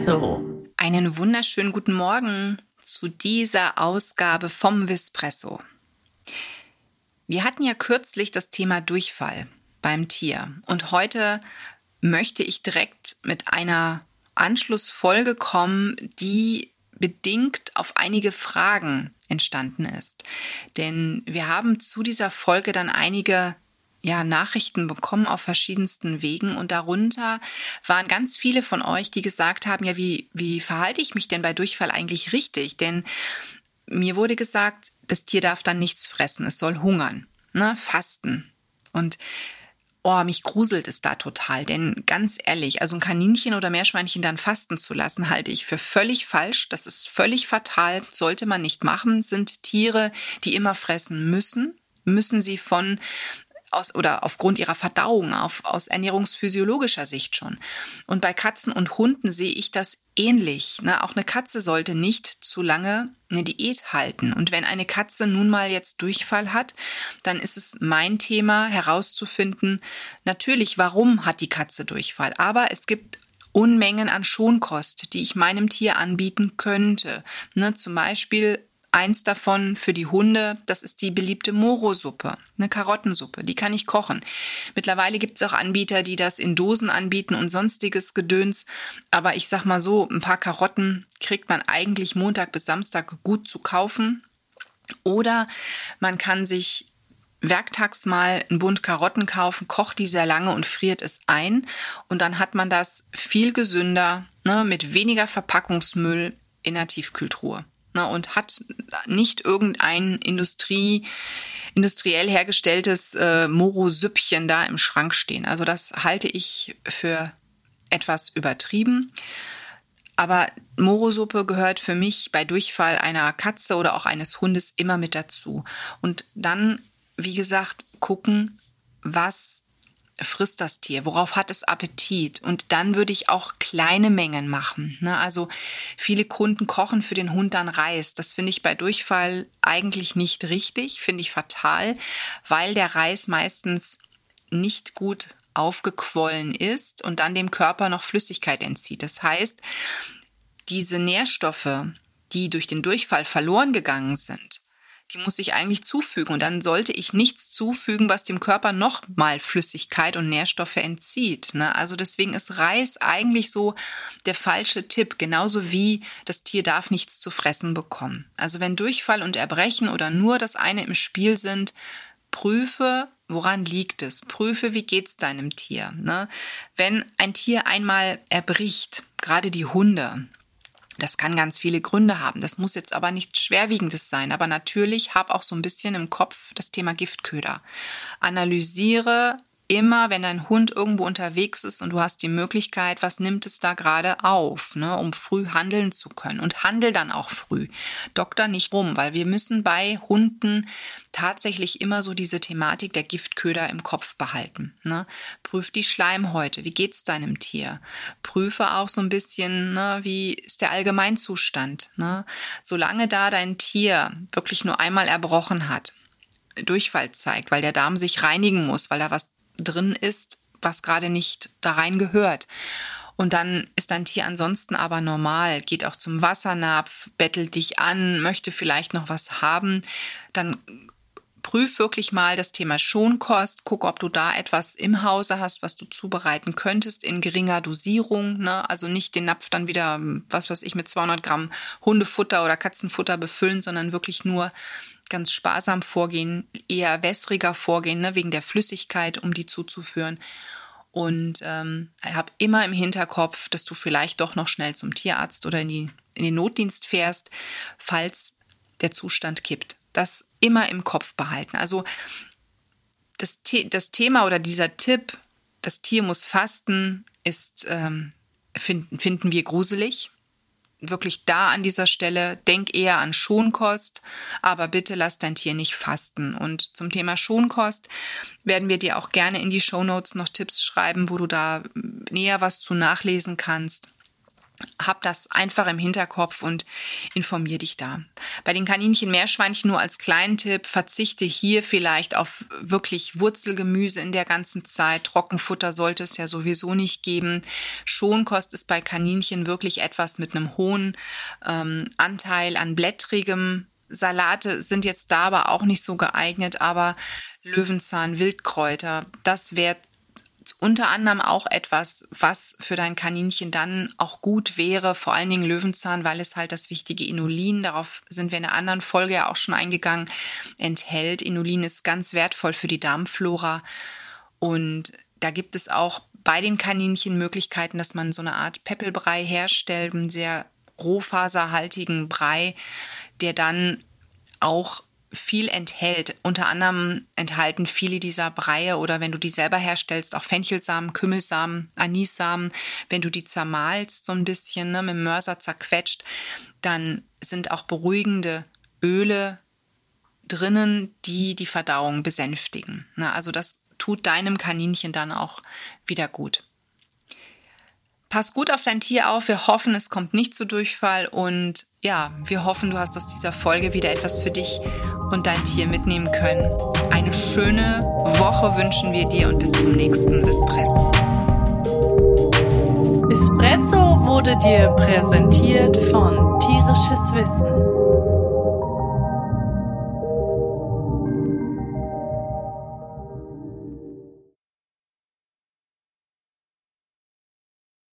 Vispresso. Einen wunderschönen guten Morgen zu dieser Ausgabe vom Vispresso. Wir hatten ja kürzlich das Thema Durchfall beim Tier und heute möchte ich direkt mit einer Anschlussfolge kommen, die bedingt auf einige Fragen entstanden ist. Denn wir haben zu dieser Folge dann einige Nachrichten bekommen auf verschiedensten Wegen und darunter waren ganz viele von euch, die gesagt haben, ja, wie verhalte ich mich denn bei Durchfall eigentlich richtig? Denn mir wurde gesagt, das Tier darf dann nichts fressen, es soll hungern, fasten. Und mich gruselt es da total, denn ganz ehrlich, also ein Kaninchen oder Meerschweinchen dann fasten zu lassen, halte ich für völlig falsch. Das ist völlig fatal, sollte man nicht machen. Sind Tiere, die immer fressen müssen sie aufgrund ihrer Verdauung, aus ernährungsphysiologischer Sicht schon. Und bei Katzen und Hunden sehe ich das ähnlich. Auch eine Katze sollte nicht zu lange eine Diät halten. Und wenn eine Katze nun mal jetzt Durchfall hat, dann ist es mein Thema herauszufinden, natürlich, warum hat die Katze Durchfall? Aber es gibt Unmengen an Schonkost, die ich meinem Tier anbieten könnte. Zum Beispiel eins davon für die Hunde, das ist die beliebte Moro-Suppe, eine Karottensuppe, die kann ich kochen. Mittlerweile gibt es auch Anbieter, die das in Dosen anbieten und sonstiges Gedöns. Aber ich sag mal so, ein paar Karotten kriegt man eigentlich Montag bis Samstag gut zu kaufen. Oder man kann sich werktags mal einen Bund Karotten kaufen, kocht die sehr lange und friert es ein. Und dann hat man das viel gesünder, mit weniger Verpackungsmüll in der Tiefkühltruhe. Und hat nicht irgendein industriell hergestelltes Moro-Süppchen da im Schrank stehen. Also das halte ich für etwas übertrieben. Aber Moro-Suppe gehört für mich bei Durchfall einer Katze oder auch eines Hundes immer mit dazu. Und dann, wie gesagt, gucken, was frisst das Tier, worauf hat es Appetit? Und dann würde ich auch kleine Mengen machen. Also viele Kunden kochen für den Hund dann Reis. Das finde ich bei Durchfall eigentlich nicht richtig, finde ich fatal, weil der Reis meistens nicht gut aufgequollen ist und dann dem Körper noch Flüssigkeit entzieht. Das heißt, diese Nährstoffe, die durch den Durchfall verloren gegangen sind, die muss ich eigentlich zufügen. Und dann sollte ich nichts zufügen, was dem Körper nochmal Flüssigkeit und Nährstoffe entzieht. Also deswegen ist Reis eigentlich so der falsche Tipp. Genauso wie das Tier darf nichts zu fressen bekommen. Also wenn Durchfall und Erbrechen oder nur das eine im Spiel sind, prüfe, woran liegt es? Prüfe, wie geht's deinem Tier? Wenn ein Tier einmal erbricht, gerade die Hunde, das kann ganz viele Gründe haben. Das muss jetzt aber nichts Schwerwiegendes sein. Aber natürlich hab auch so ein bisschen im Kopf das Thema Giftköder. Analysiere immer, wenn dein Hund irgendwo unterwegs ist und du hast die Möglichkeit, was nimmt es da gerade auf, um früh handeln zu können. Und handel dann auch früh. Doktor nicht rum, weil wir müssen bei Hunden tatsächlich immer so diese Thematik der Giftköder im Kopf behalten. Prüf die Schleimhäute, wie geht's deinem Tier? Prüfe auch so ein bisschen, wie ist der Allgemeinzustand? Solange da dein Tier wirklich nur einmal erbrochen hat, Durchfall zeigt, weil der Darm sich reinigen muss, weil da was drin ist, was gerade nicht da rein gehört. Und dann ist dein Tier ansonsten aber normal, geht auch zum Wassernapf, bettelt dich an, möchte vielleicht noch was haben, dann prüf wirklich mal das Thema Schonkost, guck, ob du da etwas im Hause hast, was du zubereiten könntest in geringer Dosierung, also nicht den Napf dann wieder, mit 200 Gramm Hundefutter oder Katzenfutter befüllen, sondern wirklich nur ganz sparsam vorgehen, eher wässriger vorgehen, wegen der Flüssigkeit, um die zuzuführen. Und hab immer im Hinterkopf, dass du vielleicht doch noch schnell zum Tierarzt oder in den Notdienst fährst, falls der Zustand kippt. Das immer im Kopf behalten. Also das Thema oder dieser Tipp, das Tier muss fasten, ist finden wir gruselig. Wirklich da an dieser Stelle, denk eher an Schonkost, aber bitte lass dein Tier nicht fasten. Und zum Thema Schonkost werden wir dir auch gerne in die Shownotes noch Tipps schreiben, wo du da näher was zu nachlesen kannst. Hab das einfach im Hinterkopf und informier dich da. Bei den Kaninchen-Meerschweinchen nur als kleinen Tipp, verzichte hier vielleicht auf wirklich Wurzelgemüse in der ganzen Zeit. Trockenfutter sollte es ja sowieso nicht geben. Schonkost ist bei Kaninchen wirklich etwas mit einem hohen Anteil an blättrigem. Salate sind jetzt da aber auch nicht so geeignet, aber Löwenzahn, Wildkräuter, das wäre unter anderem auch etwas, was für dein Kaninchen dann auch gut wäre, vor allen Dingen Löwenzahn, weil es halt das wichtige Inulin, darauf sind wir in einer anderen Folge ja auch schon eingegangen, enthält. Inulin ist ganz wertvoll für die Darmflora und da gibt es auch bei den Kaninchen Möglichkeiten, dass man so eine Art Peppelbrei herstellt, einen sehr rohfaserhaltigen Brei, der dann auch viel enthält. Unter anderem enthalten viele dieser Breie oder wenn du die selber herstellst, auch Fenchelsamen, Kümmelsamen, Anissamen. Wenn du die zermahlst so ein bisschen, mit dem Mörser zerquetscht, dann sind auch beruhigende Öle drinnen, die die Verdauung besänftigen. Also das tut deinem Kaninchen dann auch wieder gut. Pass gut auf dein Tier auf. Wir hoffen, es kommt nicht zu Durchfall und ja, wir hoffen, du hast aus dieser Folge wieder etwas für dich und dein Tier mitnehmen können. Eine schöne Woche wünschen wir dir und bis zum nächsten Espresso. Espresso wurde dir präsentiert von Tierisches Wissen.